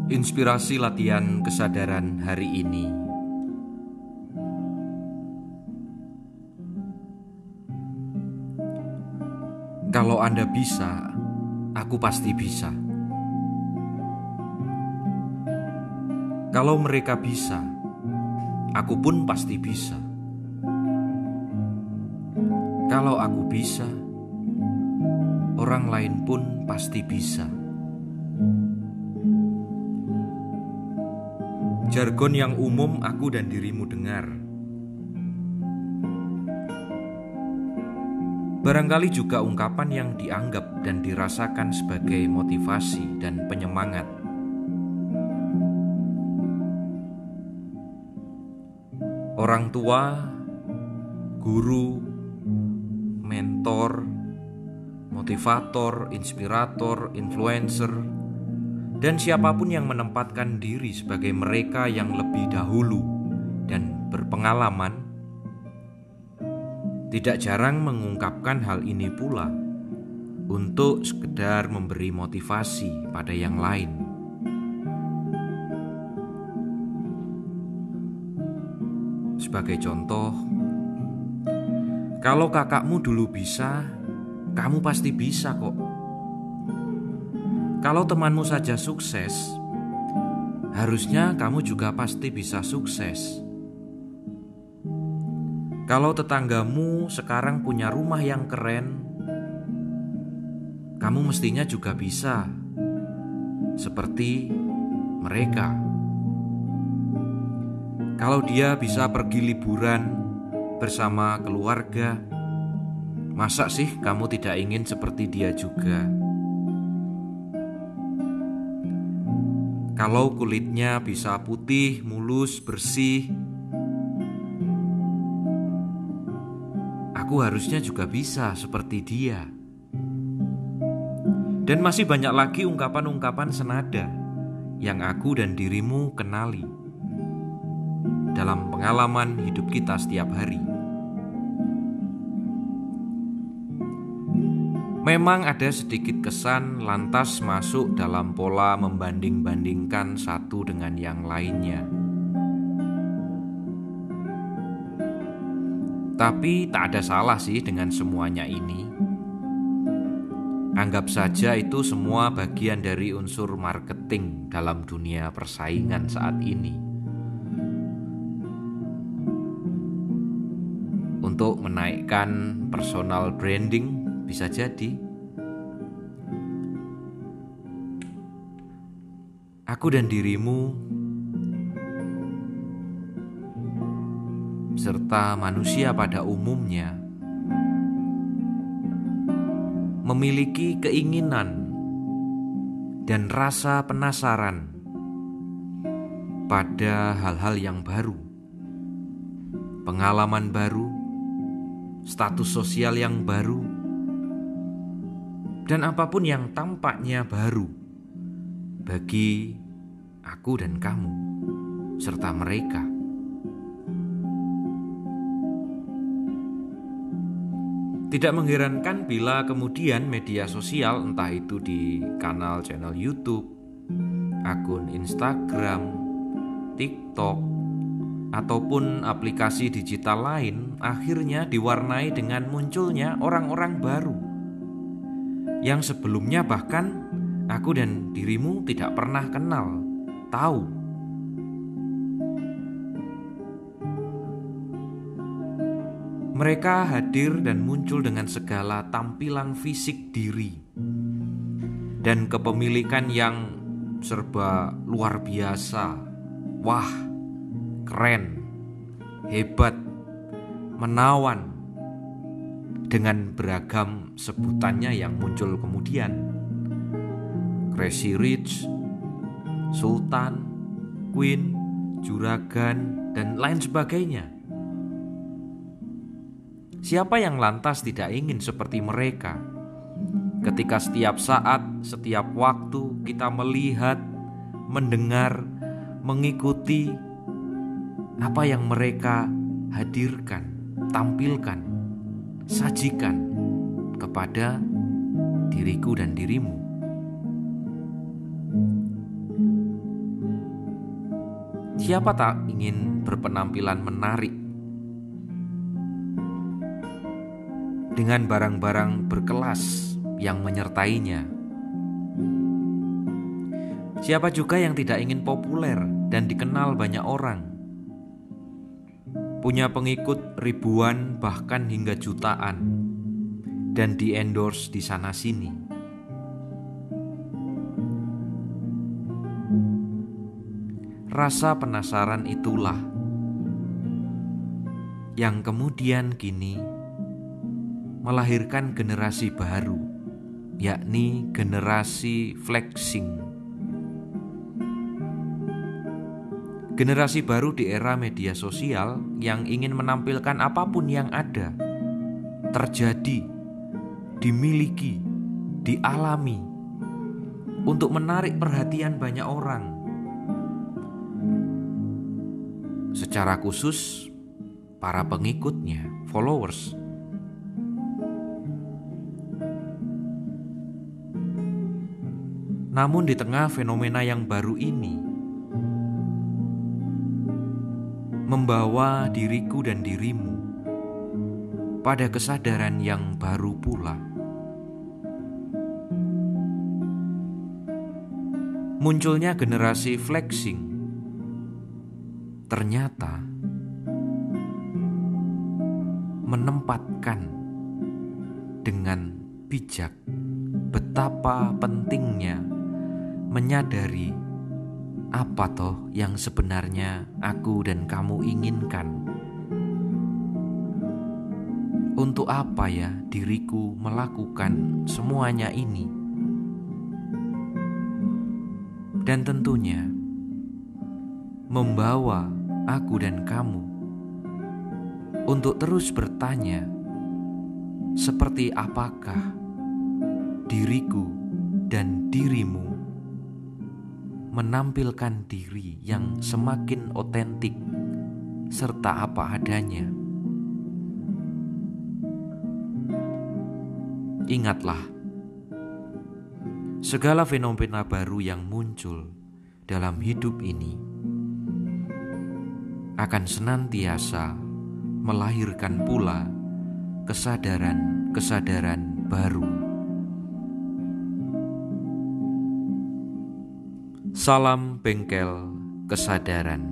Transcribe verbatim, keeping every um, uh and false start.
Inspirasi latihan kesadaran hari ini. Kalau Anda bisa, aku pasti bisa. Kalau mereka bisa, aku pun pasti bisa. Kalau aku bisa, orang lain pun pasti bisa. Jargon yang umum aku dan dirimu dengar. Barangkali juga ungkapan yang dianggap dan dirasakan sebagai motivasi dan penyemangat. Orang tua, guru, mentor, motivator, inspirator, influencer, dan siapapun yang menempatkan diri sebagai mereka yang lebih dahulu dan berpengalaman, tidak jarang mengungkapkan hal ini pula untuk sekedar memberi motivasi pada yang lain. Sebagai contoh, kalau kakakmu dulu bisa, kamu pasti bisa kok. Kalau temanmu saja sukses, harusnya kamu juga pasti bisa sukses. Kalau tetanggamu sekarang punya rumah yang keren, kamu mestinya juga bisa seperti mereka. Kalau dia bisa pergi liburan bersama keluarga, masa sih kamu tidak ingin seperti dia juga? Kalau kulitnya bisa putih, mulus, bersih, aku harusnya juga bisa seperti dia. Dan masih banyak lagi ungkapan-ungkapan senada yang aku dan dirimu kenali dalam pengalaman hidup kita setiap hari. Memang ada sedikit kesan lantas masuk dalam pola membanding-bandingkan satu dengan yang lainnya. Tapi tak ada salah sih dengan semuanya ini. Anggap saja itu semua bagian dari unsur marketing dalam dunia persaingan saat ini. Untuk menaikkan personal branding bisa jadi. Aku dan dirimu serta manusia pada umumnya memiliki keinginan dan rasa penasaran pada hal-hal yang baru, pengalaman baru, status sosial yang baru, dan apapun yang tampaknya baru bagi aku dan kamu serta mereka. Tidak mengherankan bila kemudian media sosial, entah itu di kanal channel YouTube, akun Instagram, TikTok, ataupun aplikasi digital lain, akhirnya diwarnai dengan munculnya orang-orang baru yang sebelumnya bahkan aku dan dirimu tidak pernah kenal, tahu. Mereka hadir dan muncul dengan segala tampilan fisik diri dan kepemilikan yang serba luar biasa. Wah, keren, hebat, menawan, dengan beragam sebutannya yang muncul kemudian. Crazy Rich, Sultan, Queen, Juragan, dan lain sebagainya. Siapa yang lantas tidak ingin seperti mereka? Ketika setiap saat, setiap waktu kita melihat, mendengar, mengikuti apa yang mereka hadirkan, tampilkan, sajikan kepada diriku dan dirimu. Siapa tak ingin berpenampilan menarik dengan barang-barang berkelas yang menyertainya? Siapa juga yang tidak ingin populer dan dikenal banyak orang, punya pengikut ribuan bahkan hingga jutaan, dan di-endorse di sana-sini? Rasa penasaran itulah yang kemudian kini melahirkan generasi baru, yakni generasi flexing. Generasi baru di era media sosial yang ingin menampilkan apapun yang ada, terjadi, dimiliki, dialami, untuk menarik perhatian banyak orang. Secara khusus para pengikutnya, followers. Namun di tengah fenomena yang baru ini, membawa diriku dan dirimu pada kesadaran yang baru pula. Munculnya generasi flexing ternyata menempatkan dengan bijak betapa pentingnya menyadari apa toh yang sebenarnya aku dan kamu inginkan. Untuk apa ya diriku melakukan semuanya ini? Dan tentunya membawa aku dan kamu untuk terus bertanya, seperti apakah diriku dan dirimu menampilkan diri yang semakin otentik serta apa adanya. Ingatlah, segala fenomena baru yang muncul dalam hidup ini akan senantiasa melahirkan pula kesadaran-kesadaran baru. Salam bengkel kesadaran.